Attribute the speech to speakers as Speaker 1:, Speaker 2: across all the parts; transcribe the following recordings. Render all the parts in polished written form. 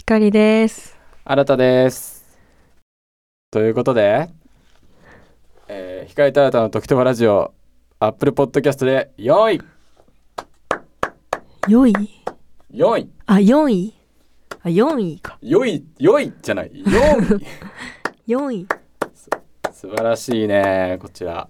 Speaker 1: 光です。
Speaker 2: 新田です。ということで、光と新たの時とばラジオアップルポッドキャストで4位
Speaker 1: 4位
Speaker 2: 4位
Speaker 1: あ、4位あ、4位か。
Speaker 2: 4位じゃない4位
Speaker 1: 4位
Speaker 2: 素晴らしいね。こちら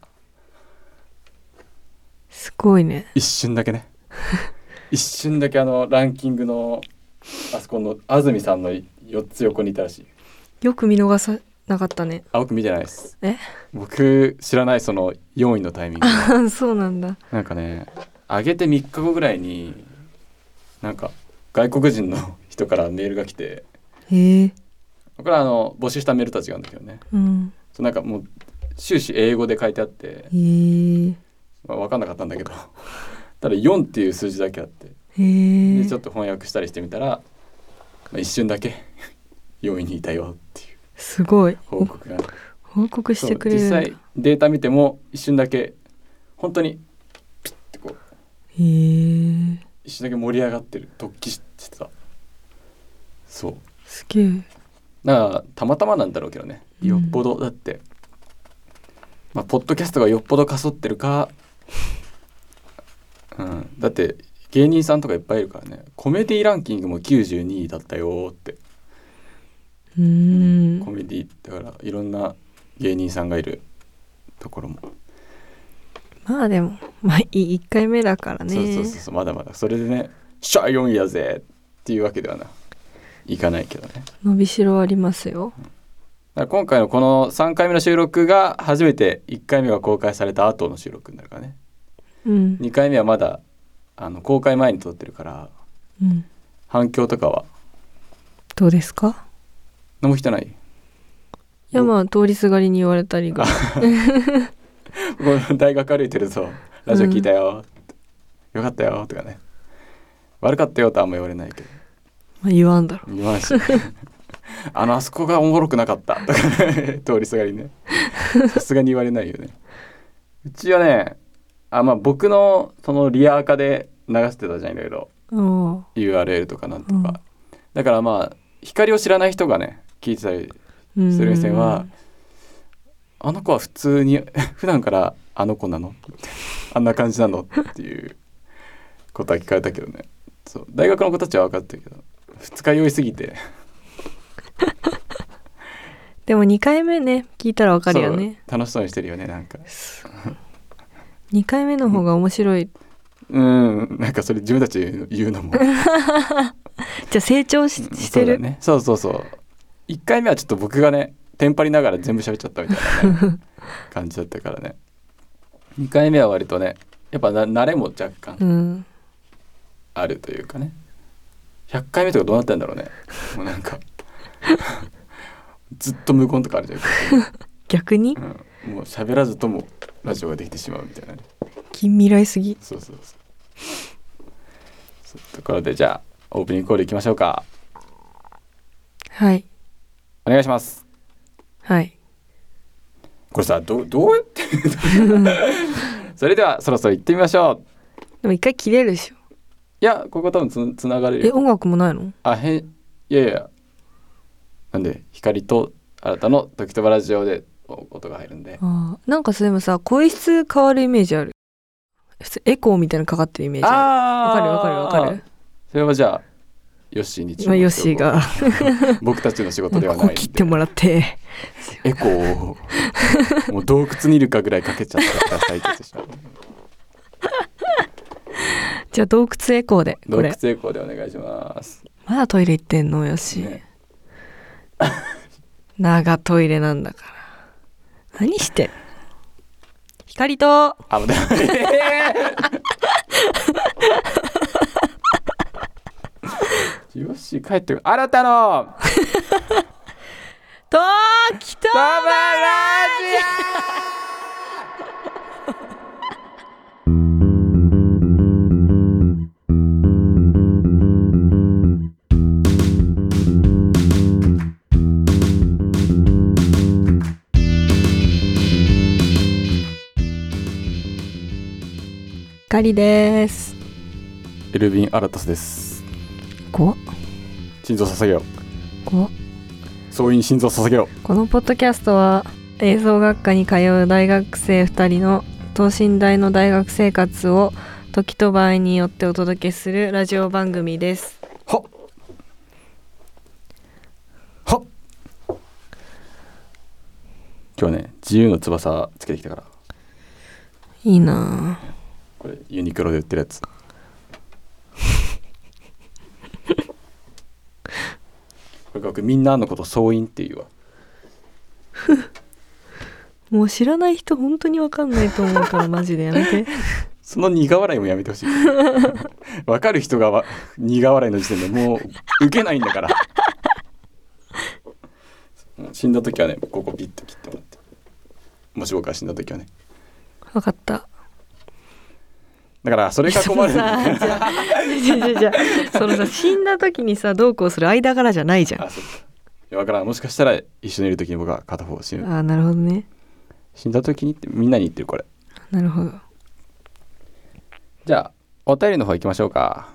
Speaker 1: すごいね。
Speaker 2: 一瞬だけね一瞬だけランキングのあそこの安住さんの4つ横にいたらしい。
Speaker 1: よく見逃さなかったね。
Speaker 2: 僕見てないです。
Speaker 1: え
Speaker 2: 僕知らない。その4位のタイミング
Speaker 1: あ、そうなんだ。
Speaker 2: なんかね、上げて3日後ぐらいになんか外国人の人からメールが来て、
Speaker 1: へえ。
Speaker 2: これは募集したメールとは違うんだけどね、
Speaker 1: うん。
Speaker 2: なんかもう終始英語で書いてあって、
Speaker 1: へえ。
Speaker 2: 分かんなかったんだけどただ4っていう数字だけあって、
Speaker 1: へえ。
Speaker 2: でちょっと翻訳したりしてみたら、一瞬だけ4位にいたよっていう
Speaker 1: すごい
Speaker 2: 報告が、
Speaker 1: 報告してくれるんだ。
Speaker 2: 実際データ見ても一瞬だけ本当にピッてこう
Speaker 1: へえ。
Speaker 2: 一瞬だけ盛り上がってる、突起してた。そう
Speaker 1: すげえ。
Speaker 2: だからたまたまなんだろうけどね、よっぽど、だって、ポッドキャストがよっぽどかそってるか、だって芸人さんとかいっぱいいるからね。コメディランキングも92位だったよって。コメディだからいろんな芸人さんがいるところも、
Speaker 1: まあでも1回目だからね。
Speaker 2: そうまだまだそれでね、シャー4位やぜっていうわけではいかないけどね。
Speaker 1: 伸びしろありますよ。
Speaker 2: だから今回のこの3回目の収録が初めて1回目が公開された後の収録になるからね。2回目はまだ公開前に撮ってるから、反響とかは
Speaker 1: どうですか？
Speaker 2: 何も来てない？
Speaker 1: いや、まあ通りすがりに言われたりが
Speaker 2: 大学歩いてるとラジオ聞いたよ、よかったよとかね、悪かったよとあんま言われないけど、
Speaker 1: 言わんだろ。
Speaker 2: 言わんしあそこがおもろくなかったとかね通りすがりね、さすがに言われないよね。うちはね、僕のそのリアカで流してたじゃん、いろいろ URL とかなんとか、だから光を知らない人がね聞いてたりする目線は、あの子は普通に普段からあの子なのあんな感じなのっていうことは聞かれたけどね。そう大学の子たちは分かってるけど、二日酔いすぎて
Speaker 1: でも2回目ね聞いたら分かるよね。
Speaker 2: 楽しそうにしてるよね、なんか
Speaker 1: 2回目の方が面白い。
Speaker 2: なんかそれ自分たち言うのも
Speaker 1: じゃあ成長してる。
Speaker 2: ね、そう1回目はちょっと僕がねテンパりながら全部喋っちゃったみたいな、ね、感じだったからね。2回目は割とねやっぱ慣れも若干あるというかね、100回目とかどうなってんだろうね。もうなんかずっと無言とかあるじゃん
Speaker 1: 逆に、
Speaker 2: もう喋らずともラジオができてしまうみたいなね。
Speaker 1: 近未来すぎ。
Speaker 2: そうところで、じゃあオープニングコールいきましょうか。
Speaker 1: はい、
Speaker 2: お願いします。
Speaker 1: はい。
Speaker 2: これさ、どうやってそれではそろそろ行ってみましょう。
Speaker 1: でも一回切れるでしょ。
Speaker 2: いや、ここ多分つながれるよ。
Speaker 1: 音楽もないの？
Speaker 2: いやなんで光と新たの時とばラジオで音が入るんで。
Speaker 1: なんかでもさ、声質変わるイメージある。エコーみたいなのかかってるイメージある。わかる。
Speaker 2: それはじゃあヨッシーに注目
Speaker 1: ヨッシーが
Speaker 2: 僕たちの仕事ではないんで、
Speaker 1: ここ切ってもらって
Speaker 2: エコーをもう洞窟にいるかぐらいかけちゃったら採決しちゃう
Speaker 1: じゃあ洞窟エコーで。
Speaker 2: 洞窟エコーでお願いします。
Speaker 1: まだトイレ行ってんのヨッシー、長トイレなんだから何して光と
Speaker 2: もうよし帰ってくる。新たの
Speaker 1: 時とば
Speaker 2: ラジ
Speaker 1: 光です。
Speaker 2: エルヴィン・アラタスです。
Speaker 1: 怖っ。
Speaker 2: 心臓捧げよう。
Speaker 1: こ
Speaker 2: 総員心臓捧げろ。
Speaker 1: のポッドキャストは映像学科に通う大学生2人の等身大の大学生活を時と場合によってお届けするラジオ番組です。
Speaker 2: はっはっ。今日はね、自由の翼つけてきたから。
Speaker 1: いいなぁ。
Speaker 2: これユニクロで売ってるやつ。これみんなのこと総員っていうわ。
Speaker 1: もう知らない人本当に分かんないと思うからマジでやめて。
Speaker 2: その苦笑いもやめてほしい。分かる人が苦笑いの時点でもう受けないんだから。死んだ時はね、ここピッと切ってもらって、もし僕が死んだ時はね。
Speaker 1: 分かった。
Speaker 2: だからそれが困る。
Speaker 1: じゃそのさ、死んだ時にさどうこうする間柄じゃないじゃん。
Speaker 2: あ、そうか。分からん。もしかしたら一緒にいる時に僕は片方死ぬ。
Speaker 1: あ、なるほどね。
Speaker 2: 死んだ時にってみんなに言ってるこれ。
Speaker 1: なるほど。
Speaker 2: じゃあお便りの方行きましょうか。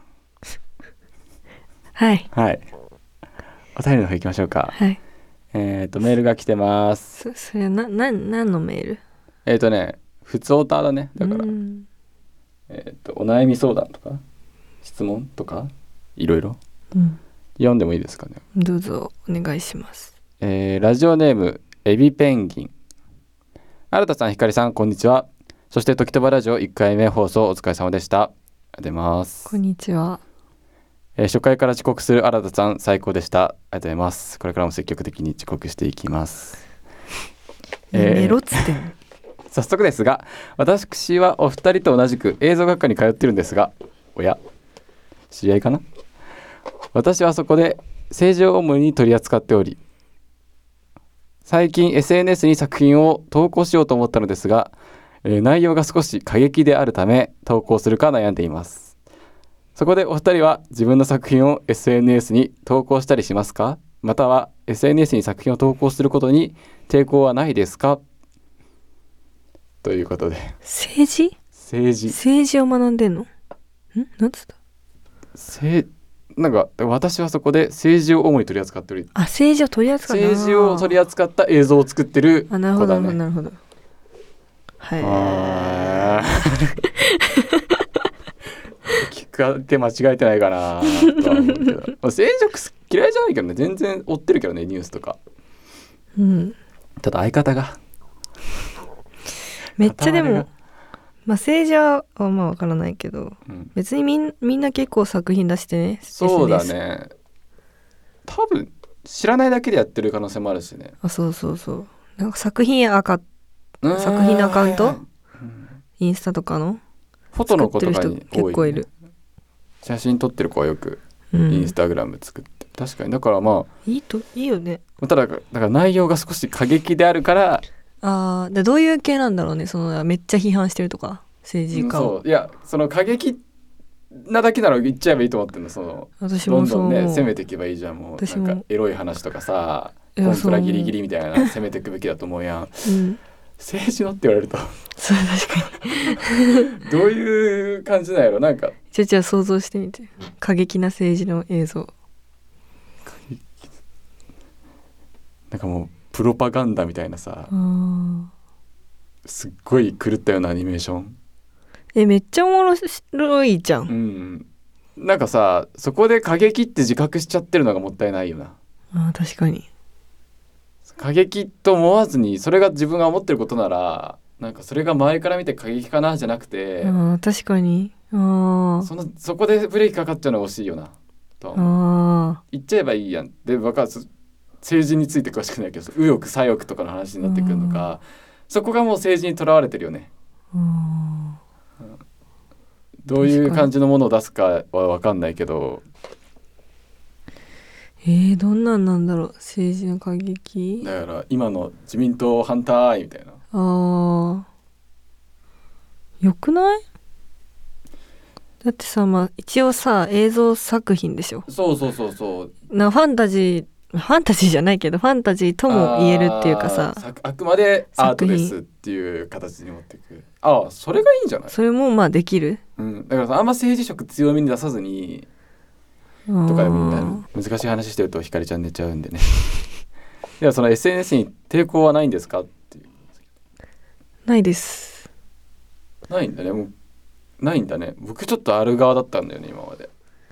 Speaker 1: はい
Speaker 2: はい。お便りの方行きましょうか。
Speaker 1: はい。
Speaker 2: メールが来てます。
Speaker 1: それは何のメール？
Speaker 2: 普通オタだね。だからお悩み相談とか質問とかいろいろ読んでもいいですかね。
Speaker 1: どうぞお願いします。
Speaker 2: ラジオネームエビペンギン。新田さん、ひかりさん、こんにちは。そして時とばラジオ1回目放送お疲れ様でした。ありがとうございます。
Speaker 1: こんにちは。
Speaker 2: 初回から遅刻する新田さん、最高でした。ありがとうございます。これからも積極的に遅刻していきます。
Speaker 1: メロっつってんの。
Speaker 2: 早速ですが、私はお二人と同じく映像学科に通ってるんですが、おや知り合いかな。私はそこで政治を主に取り扱っており、最近 SNS に作品を投稿しようと思ったのですが、内容が少し過激であるため投稿するか悩んでいます。そこでお二人は自分の作品を SNS に投稿したりしますか？または SNS に作品を投稿することに抵抗はないですか？ということで。政治
Speaker 1: を学んでんの？なんつった？
Speaker 2: なんか私はそこで政治を主に取り扱っており、
Speaker 1: 政治を取り扱った
Speaker 2: 政治を取り扱った映像を作ってる子だね。
Speaker 1: なるほどなるほど。はい。
Speaker 2: 聞く手間違えてないかなとは思うけど政治嫌いじゃないけどね、全然追ってるけどね、ニュースとか。ただ相方が
Speaker 1: めっちゃでも政治はまあ分からないけど、別にみんな結構作品出してね。
Speaker 2: そうだね。多分知らないだけでやってる可能性もあるしね。
Speaker 1: そうなんか作品のアカウント、インスタとかの
Speaker 2: フォトの子とかに多い、ね、
Speaker 1: 結構いる。
Speaker 2: 写真撮ってる子はよくインスタグラム作って、確かに。だからまあ
Speaker 1: いいよね。
Speaker 2: ただから内容が少し過激であるから。
Speaker 1: でどういう系なんだろうね。そのめっちゃ批判してるとか政治家を。
Speaker 2: そういや、その過激なだけなら言っちゃえばいいと思ってるの。その
Speaker 1: 私もそう。
Speaker 2: どんどんね攻めていけばいいじゃん。もうなんかエロい話とかさ、コンプラギリギリみたいな攻めていくべきだと思うやん。政治のって言われると
Speaker 1: そう、確かに。
Speaker 2: どういう感じなんやろ。なんか
Speaker 1: じゃあ想像してみて。過激な政治の映像。
Speaker 2: なんかもうプロパガンダみたいなさ、すっごい狂ったようなアニメーション。
Speaker 1: めっちゃおもろいじゃ
Speaker 2: ん。なんかさ、そこで過激って自覚しちゃってるのがもったいないよな。
Speaker 1: 確かに。
Speaker 2: 過激と思わずに、それが自分が思ってることなら、なんかそれが周りから見て過激かなじゃなくて、
Speaker 1: 確かに。
Speaker 2: そこでブレーキかかっちゃうのが惜しいよなと言っちゃえばいいやん。で、僕は政治について詳しくないけど、右翼左翼とかの話になってくるのか、そこがもう政治にとらわれてるよね。どういう感じのものを出すかは分かんないけど、
Speaker 1: どんなんなんだろう。政治の過激
Speaker 2: だから今の自民党反対みたいな。
Speaker 1: よくない？だってさ、一応さ映像作品でしょ。
Speaker 2: そうフ
Speaker 1: ァンタジーじゃないけどファンタジーとも言えるっていうかさ、
Speaker 2: あくまでアートですっていう形に持っていく。それがいいんじゃない？
Speaker 1: それもできる。
Speaker 2: だからさ、あんま政治色強めに出さずに、 とかでもいいんだよ。難しい話してるとひかりちゃん寝ちゃうんでねではその SNS に抵抗はないんですかっていう。
Speaker 1: ないです。
Speaker 2: ないんだね。もうないんだね。僕ちょっとある側だったんだよね今まで。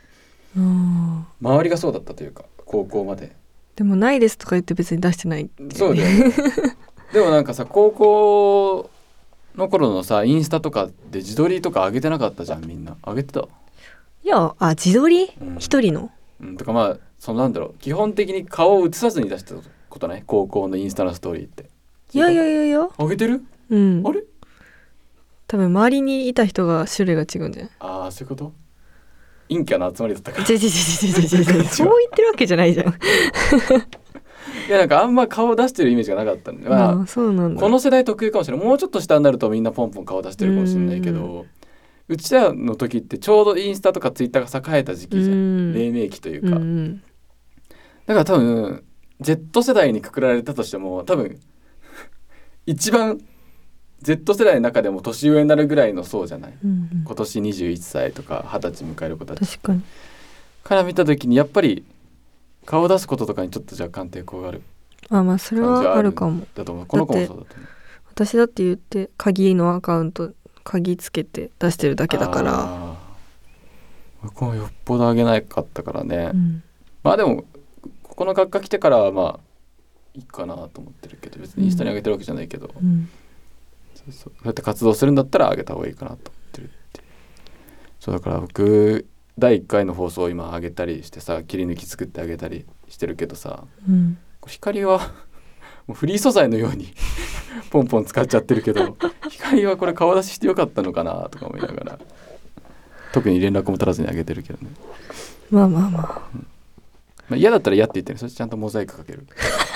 Speaker 2: 周りがそうだったというか高校まで。
Speaker 1: でもないですとか言って別に出してないっていうね。
Speaker 2: そうだよねでもなんかさ高校の頃のさインスタとかで自撮りとか上げてなかったじゃん。みんな上げてた。
Speaker 1: いや自撮り、
Speaker 2: うん
Speaker 1: 一人の
Speaker 2: とかまあそのなんだろう基本的に顔を映さずに出してたことない高校のインスタのストーリーって。
Speaker 1: いや
Speaker 2: 上げてる？
Speaker 1: うん
Speaker 2: あれ
Speaker 1: 多分周りにいた人が種類が違うんじゃない？
Speaker 2: ああそういうこと。陰キャの集まりだったから
Speaker 1: そう言ってるわけじゃないじゃん
Speaker 2: いやなんかあんま顔出してるイメージがなかったんで、まあ、
Speaker 1: そうなんだ。
Speaker 2: この世代特有かもしれない。もうちょっと下になるとみんなポンポン顔出してるかもしれないけど、うちらの時ってちょうどインスタとかツイッターが栄えた時期じゃん。黎明期というか、だから多分 Z 世代にくくられたとしても多分一番 Z 世代の中でも年上になるぐらいの層じゃない、今年21歳とか20歳迎える子たち
Speaker 1: 確かに
Speaker 2: から見た時にやっぱり顔を出すこととかにちょっと若干抵抗がある。
Speaker 1: まあそれはあるかも。
Speaker 2: だと思う。この子もそうだと思う。
Speaker 1: 私だって言って鍵のアカウント鍵つけて出してるだけだから。
Speaker 2: 僕もよっぽどあげなかったからね、まあでもここの学科来てからはまあいいかなと思ってるけど、別にインスタにあげてるわけじゃないけど、そうやって活動するんだったらあげた方がいいかなと思ってるって。そうだから僕第1回の放送を今上げたりしてさ、切り抜き作ってあげたりしてるけどさ、光はもうフリー素材のようにポンポン使っちゃってるけど光はこれ顔出ししてよかったのかなとか思いながら、特に連絡も取らずにあげてるけどね。
Speaker 1: まあ
Speaker 2: 嫌だったら嫌って言ってる。それちゃんとモザイクかける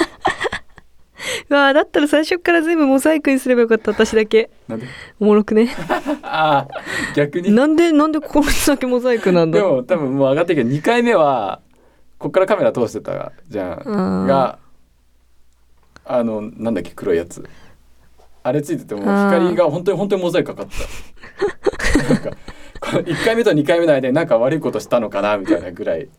Speaker 1: だったら最初から全部モザイクにすればよかった。私だけ。
Speaker 2: なんで
Speaker 1: おもろくね
Speaker 2: ああ逆に
Speaker 1: なんでこいつだけモザイクなんだ。
Speaker 2: でも多分もう上がってるけど、2回目はこっからカメラ通してたじゃんが、なんだっけ黒いやつあれついてても光が本当にモザイクかかったなんかこの1回目と2回目の間になんか悪いことしたのかなみたいなぐらい。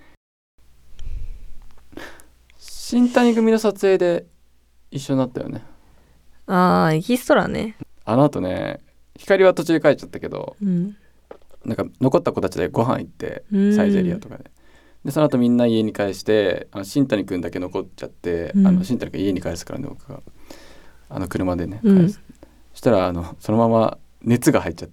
Speaker 2: 新谷組の撮影で一緒になったよね。
Speaker 1: エキストラね。
Speaker 2: あの後ね、光は途中で帰っちゃったけど、なんか残った子たちでご飯行ってサイゼリアとかでその後みんな家に帰して新谷くんだけ残っちゃって、新谷くん家に帰すからね、僕が車でね帰す、そしたらそのまま熱が入っちゃって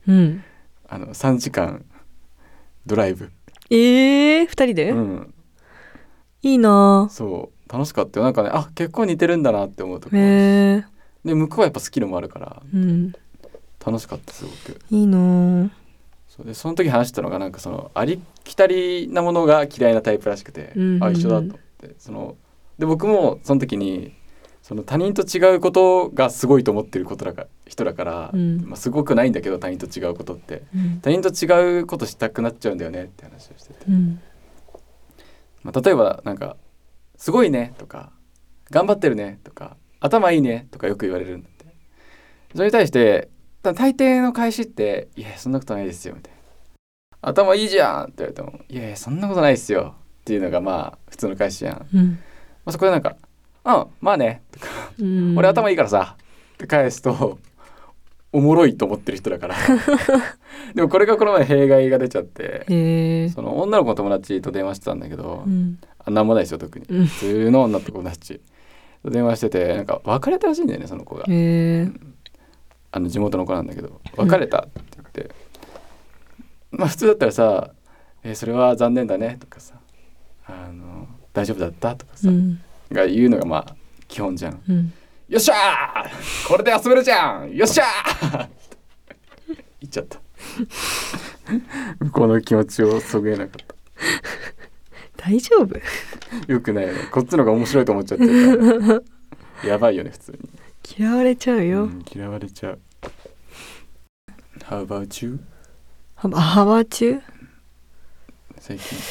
Speaker 2: 、3時間ドライブ
Speaker 1: 2人で、いいな。
Speaker 2: そう楽しかったよ。なんかね、結構似てるんだなって思うところで、向こうはやっぱスキルもあるから、楽しかったすごく。
Speaker 1: いいな。
Speaker 2: そうでその時話したのがなんかそのありきたりなものが嫌いなタイプらしくて、一緒だと思って、で僕もその時にその他人と違うことがすごいと思ってる人だから、すごくないんだけど他人と違うことって、他人と違うことしたくなっちゃうんだよねって話をしてて、例えばなんかすごいねとか頑張ってるねとか頭いいねとかよく言われるんだって。それに対して大抵の返しっていやそんなことないですよみたいな、頭いいじゃんって言われてもいやそんなことないですよっていうのがまあ普通の返しやん、そこでなんかまあねとか俺頭いいからさって返すとおもろいと思ってる人だからでもこれがこの前弊害が出ちゃって、その女の子の友達と電話してたんだけど、なんもないですよ特に、普通の女の友達と電話してて、なんか別れたらしいんだよねその子が、地元の子なんだけど別れたって言って、普通だったらさ、それは残念だねとかさ、大丈夫だったとかさ、が言うのがまあ基本じゃん、よっしゃーこれで遊べるじゃんよっしゃー言っちゃった向こうの気持ちをそぐえなかった
Speaker 1: 大丈夫
Speaker 2: よくないよね。こっちのが面白いと思っちゃってるからやばいよね普通に。
Speaker 1: 嫌われちゃうよ、
Speaker 2: 嫌われちゃう。 How about you?
Speaker 1: How about you?
Speaker 2: 最近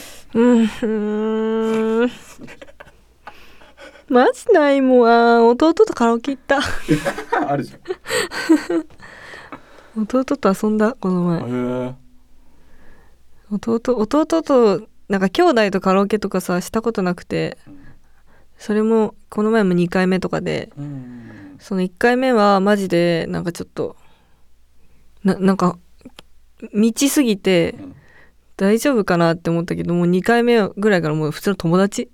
Speaker 1: マジないもん。弟とカラオケ行った
Speaker 2: あるじゃん
Speaker 1: 弟と遊んだこの前。 弟となんか兄弟とカラオケとかさしたことなくて、それもこの前も2回目とかで、その1回目はマジでなんかちょっとなんか道すぎて大丈夫かなって思ったけど、もう2回目ぐらいからもう普通の友達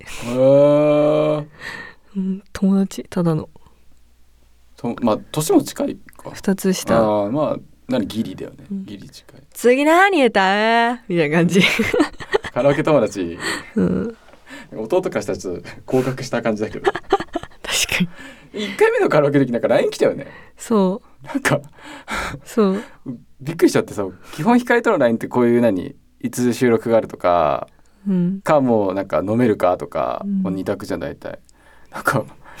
Speaker 1: 友達ただの
Speaker 2: まあ年も近いか。
Speaker 1: 2つ下。
Speaker 2: まあギリだよね、ギリ近い。
Speaker 1: 次何歌うみたいな感じ
Speaker 2: カラオケ友達、弟からしたらちょっと降格した感じだけど
Speaker 1: 確か
Speaker 2: に1回目のカラオケの時なんか LINE 来たよね。
Speaker 1: そう
Speaker 2: なんか
Speaker 1: そう
Speaker 2: びっくりしちゃってさ、基本光との LINE ってこういういつ収録があるとか、かもうなんか飲めるかとか、もう2択じゃん大体。なんか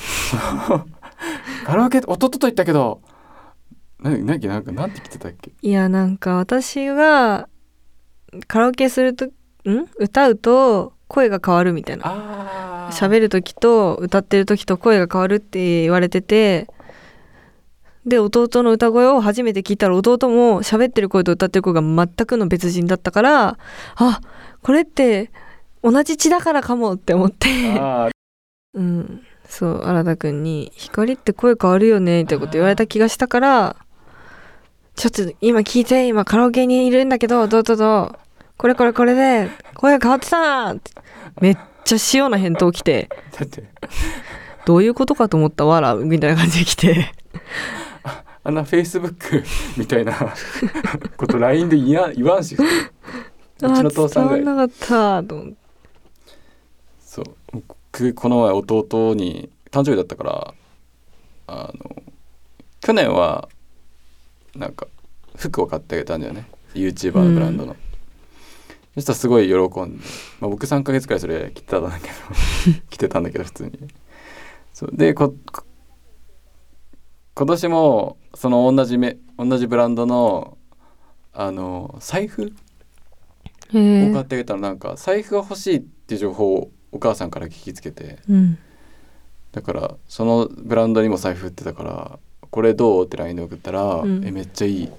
Speaker 2: カラオケ弟と言ったけどなんて言ってたっけ。
Speaker 1: いやなんか私がカラオケすると歌うと声が変わるみたいな、喋る時と歌ってる時と声が変わるって言われてて、で弟の歌声を初めて聞いたら弟も喋ってる声と歌ってる声が全くの別人だったから、あ、これって同じ血だからかもって思ってそう新田くんに光って声変わるよねってこと言われた気がしたから、ちょっと今聞いて、今カラオケにいるんだけど弟とこれで声が変わってたってめっちゃ塩な返答来て
Speaker 2: だって
Speaker 1: どういうことかと思ったわらみたいな感じで来て
Speaker 2: フェイスブックみたいなこと LINE で言わんし、うちの父さんぐらい。
Speaker 1: 伝わんなかったと思って。
Speaker 2: そう僕この前弟に誕生日だったから去年はなんか服を買ってあげたんだよね、 YouTuber のブランドの、そしたらすごい喜んで、僕3ヶ月くらいそれ着てたんだけど着てたんだけど普通に。そうで今年もその同じブランドの財布を買ってあげたら、なんか財布が欲しいっていう情報をお母さんから聞きつけて、だからそのブランドにも財布売ってたからこれどうって LINE で送ったら、めっちゃいいって、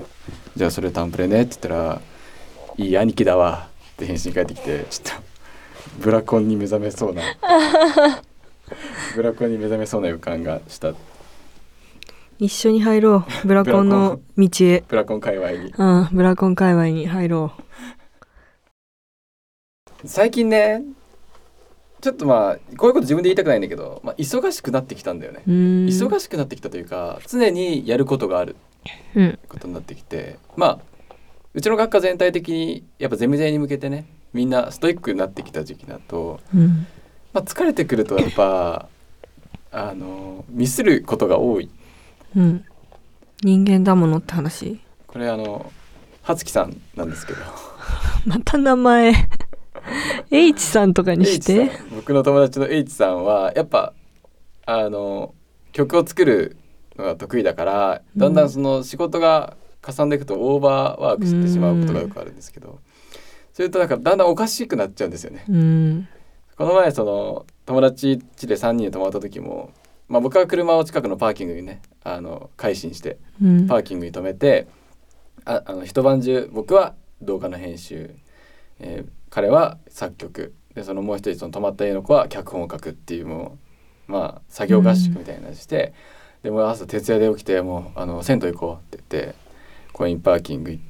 Speaker 2: じゃあそれタンプレねって言ったら、いい兄貴だわって返信返ってきて、ちょっとブラコンに目覚めそうな予感がした。
Speaker 1: 一緒に入ろうブラコンの道へ
Speaker 2: ブラコン界隈に、
Speaker 1: ブラコン界隈に入ろ
Speaker 2: う。最近ねちょっとこういうこと自分で言いたくないんだけど、忙しくなってきたんだよね。忙しくなってきたというか、常にやることがあることになってきて、うちの学科全体的にやっぱゼミに向けてね、みんなストイックになってきた時期だと、疲れてくるとやっぱミスることが多い、
Speaker 1: 人間だものって話。
Speaker 2: これはつきさんなんですけど
Speaker 1: また名前H さんとかにして。
Speaker 2: 僕の友達の H さんはやっぱ曲を作るのが得意だから、だんだんその仕事がかさんでいくとオーバーワークしてしまうことがよくあるんですけど、それとだんだんおかしくなっちゃうんですよね。この前その友達家で3人で泊まった時も、僕は車を近くのパーキングにね改心してパーキングに止めて、一晩中僕は動画の編集、彼は作曲で、そのもう一人その泊まった家の子は脚本を書くっていう、もう作業合宿みたいなのして、でも朝徹夜で起きて、もう銭湯行こうって言ってコインパーキング行って、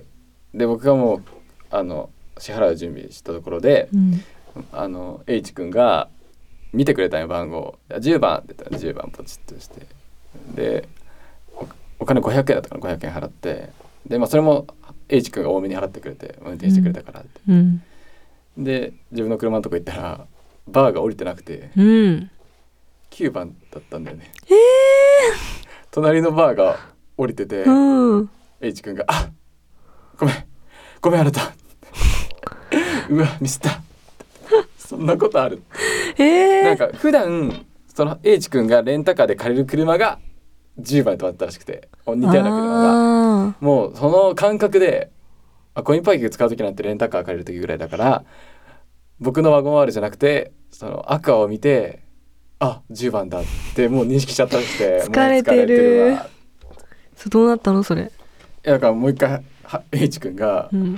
Speaker 2: で僕がもう支払う準備したところで、H 君が見てくれたよ番号、10番って言ったら10番ポチッとして、でお金500円だったから500円払って、でそれも H 君が多めに払ってくれて、運転してくれたからって、で自分の車のとこ行ったらバーが降りてなくて、9番だったんだよね。隣のバーが降りてて、H 君がごめんあなたうわミスったそんなことある。なんか普段その H 君がレンタカーで借りる車が10番に止まったらしくて、似たような車がもうその感覚で、コインパーキング使う時なんてレンタカー借りる時ぐらいだから、僕のワゴン R じゃなくてそのアクアを見て、10番だってもう認識しちゃったらしくて
Speaker 1: 疲れてるわ。どうなったのそれ。
Speaker 2: だからもう一回H 君が、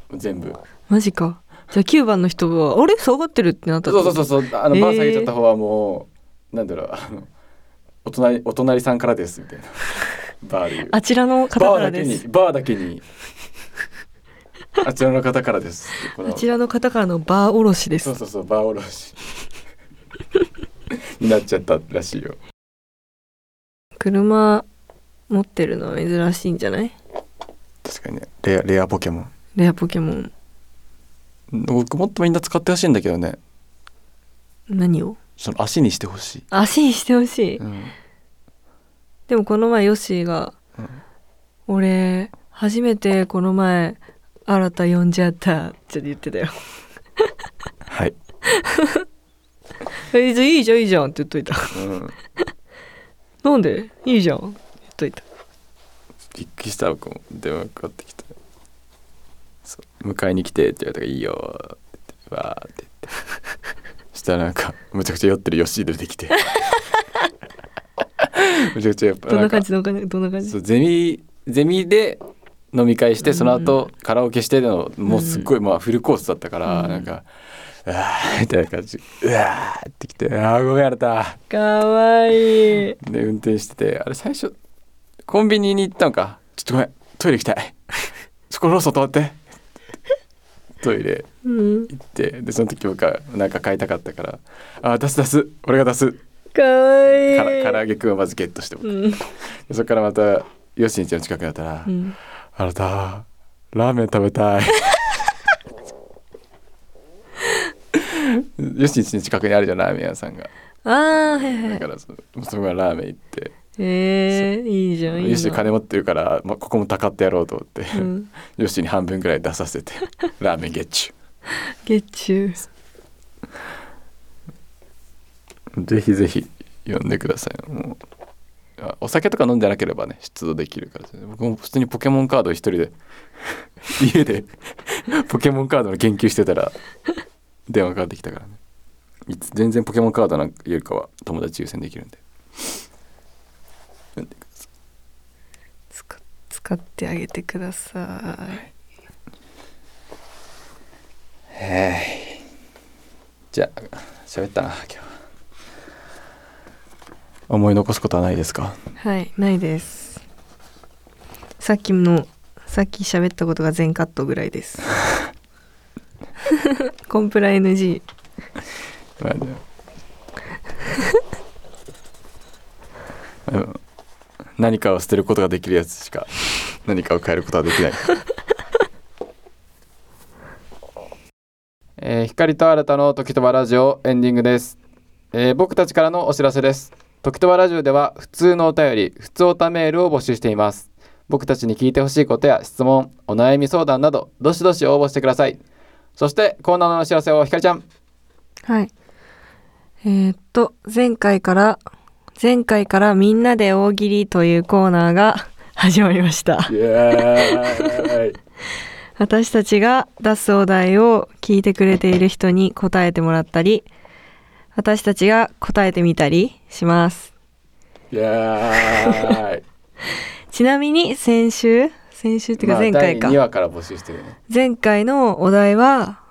Speaker 2: 全部。
Speaker 1: マジか。じゃあ9番の人はあれ下がってるってなったってこと？
Speaker 2: そうバー下げちゃった方はもうなんだろうお隣さんからですみたいなバーで言う。
Speaker 1: あちらの方からです。
Speaker 2: バーだけにあちらの方からです
Speaker 1: あちらの方からのバーおろしです。
Speaker 2: そうバーおろしになっちゃったらしいよ。
Speaker 1: 車持ってるのは珍しいんじゃない？
Speaker 2: 確かにね。レアポケモン。
Speaker 1: レアポケモン。
Speaker 2: 僕もっとみんな使ってほしいんだけどね。
Speaker 1: 何を？
Speaker 2: その足にしてほしい。
Speaker 1: 足にしてほしい、でもこの前ヨッシーが、俺初めてこの前新た呼んじゃったって言ってたよ
Speaker 2: はい
Speaker 1: いいじゃんって言っといた、なんでいいじゃん言っといた。
Speaker 2: びっくりした。僕も電話かかってきて、迎えに来てって言われたからいいよって言ってわーって言ってそしたらなんかむちゃくちゃ酔ってるヨッシー出てきてむちゃくちゃやっぱ
Speaker 1: どんな感じ
Speaker 2: そうゼミで飲み会して、その後カラオケしてのもうすっごい、フルコースだったから、なんかうわーみたいな感じ、うわーってきて、ごめんやれた
Speaker 1: かわいい
Speaker 2: で運転してて、あれ最初コンビニに行ったのか、ちょっとごめんトイレ行きたいそこローソン止まってトイレ行って、でその時僕はなんか買いたかったから、出す俺が出す、
Speaker 1: かわいい
Speaker 2: 唐揚げくんをまずゲットして、でそこからまたヨッシーんちの近くだったら、あなたラーメン食べたいヨッシーんちの近くにあるじゃん、ラーメン屋さんが。だからそこからラーメン行って、
Speaker 1: いいじゃん。
Speaker 2: ヨッシー金持ってるから、ここもたかってやろうと思って、ヨッシーに半分ぐらい出させてラーメンゲッチュぜひぜひ呼んでください。もうお酒とか飲んでなければね出動できるから、僕も普通にポケモンカード一人で家でポケモンカードの研究してたら電話かかってきたからね。全然ポケモンカードなんかよりかは友達優先できるんで
Speaker 1: 使ってあげてください。
Speaker 2: じゃあ喋ったな今日。思い残すことはないですか？
Speaker 1: はい、ないです。さっき喋ったことが全カットぐらいですコンプラ NG
Speaker 2: 何かを捨てることができるやつしか何かを変えることはできない光と新たの時とばラジオエンディングです。僕たちからのお知らせです。時とばラジオでは普通のお便り、普通おたメールを募集しています。僕たちに聞いてほしいことや質問、お悩み相談などどしどし応募してください。そしてコーナーのお知らせをひかりちゃん。
Speaker 1: はい、前回からみんなで大喜利というコーナーが始まりました。
Speaker 2: イエーイ
Speaker 1: 私たちが出すお題を聞いてくれている人に答えてもらったり、私たちが答えてみたりします。
Speaker 2: イエーイ
Speaker 1: ちなみに先週っていうか前回か、
Speaker 2: 第2話から募集してるね。
Speaker 1: 前回のお題は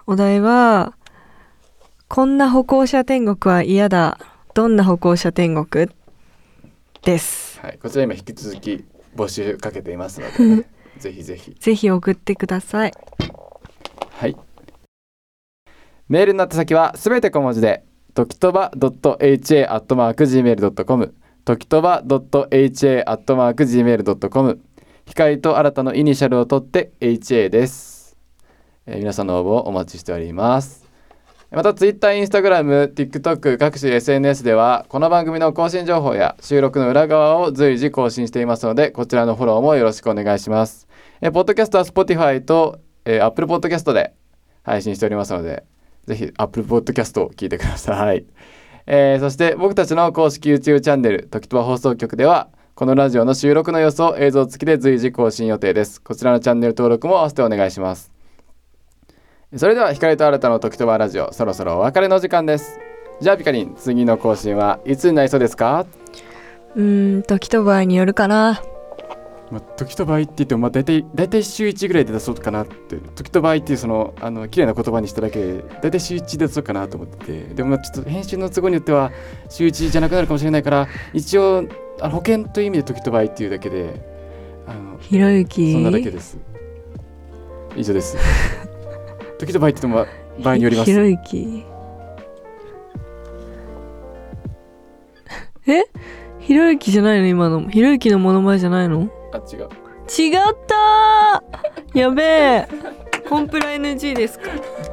Speaker 1: こんな歩行者天国は嫌だ、どんな歩行者天国です。
Speaker 2: はい、こちら今引き続き募集かけていますので、ね、ぜひ
Speaker 1: 送ってください。
Speaker 2: はい、メールの宛先はすべて小文字で時とば .ha@gmail.com 時とば .ha@gmail.com 光と新たのイニシャルを取って HA です。皆さんの応募をお待ちしております。また Twitter、Instagram、TikTok 各種 SNS ではこの番組の更新情報や収録の裏側を随時更新していますので、こちらのフォローもよろしくお願いします。ポッドキャストは Spotify と、Apple Podcast で配信しておりますので、ぜひ Apple Podcast を聞いてください。そして僕たちの公式 YouTube チャンネル時とば放送局ではこのラジオの収録の様子を映像付きで随時更新予定です。こちらのチャンネル登録も合わせてお願いします。それでは光と新たの時とばラジオ、そろそろお別れの時間です。じゃあピカリン、次の更新はいつになりそうですか？
Speaker 1: 時と場合によるかな。
Speaker 2: 時と場合って言っても、大体週1ぐらいで出そうかなって、時と場合っていう綺麗な言葉にしただけで大体週1で出そうかなと思ってて、でもちょっと編集の都合によっては週1じゃなくなるかもしれないから、一応保険という意味で時と場合っていうだけで、
Speaker 1: ひろゆき
Speaker 2: そんなだけです。以上です時と場合って言っても場合によります。
Speaker 1: ひろゆきひろゆきじゃないの？今のひろゆきのモノマネじゃないの？
Speaker 2: 違う。
Speaker 1: 違ったーやべえコンプラ NG ですか？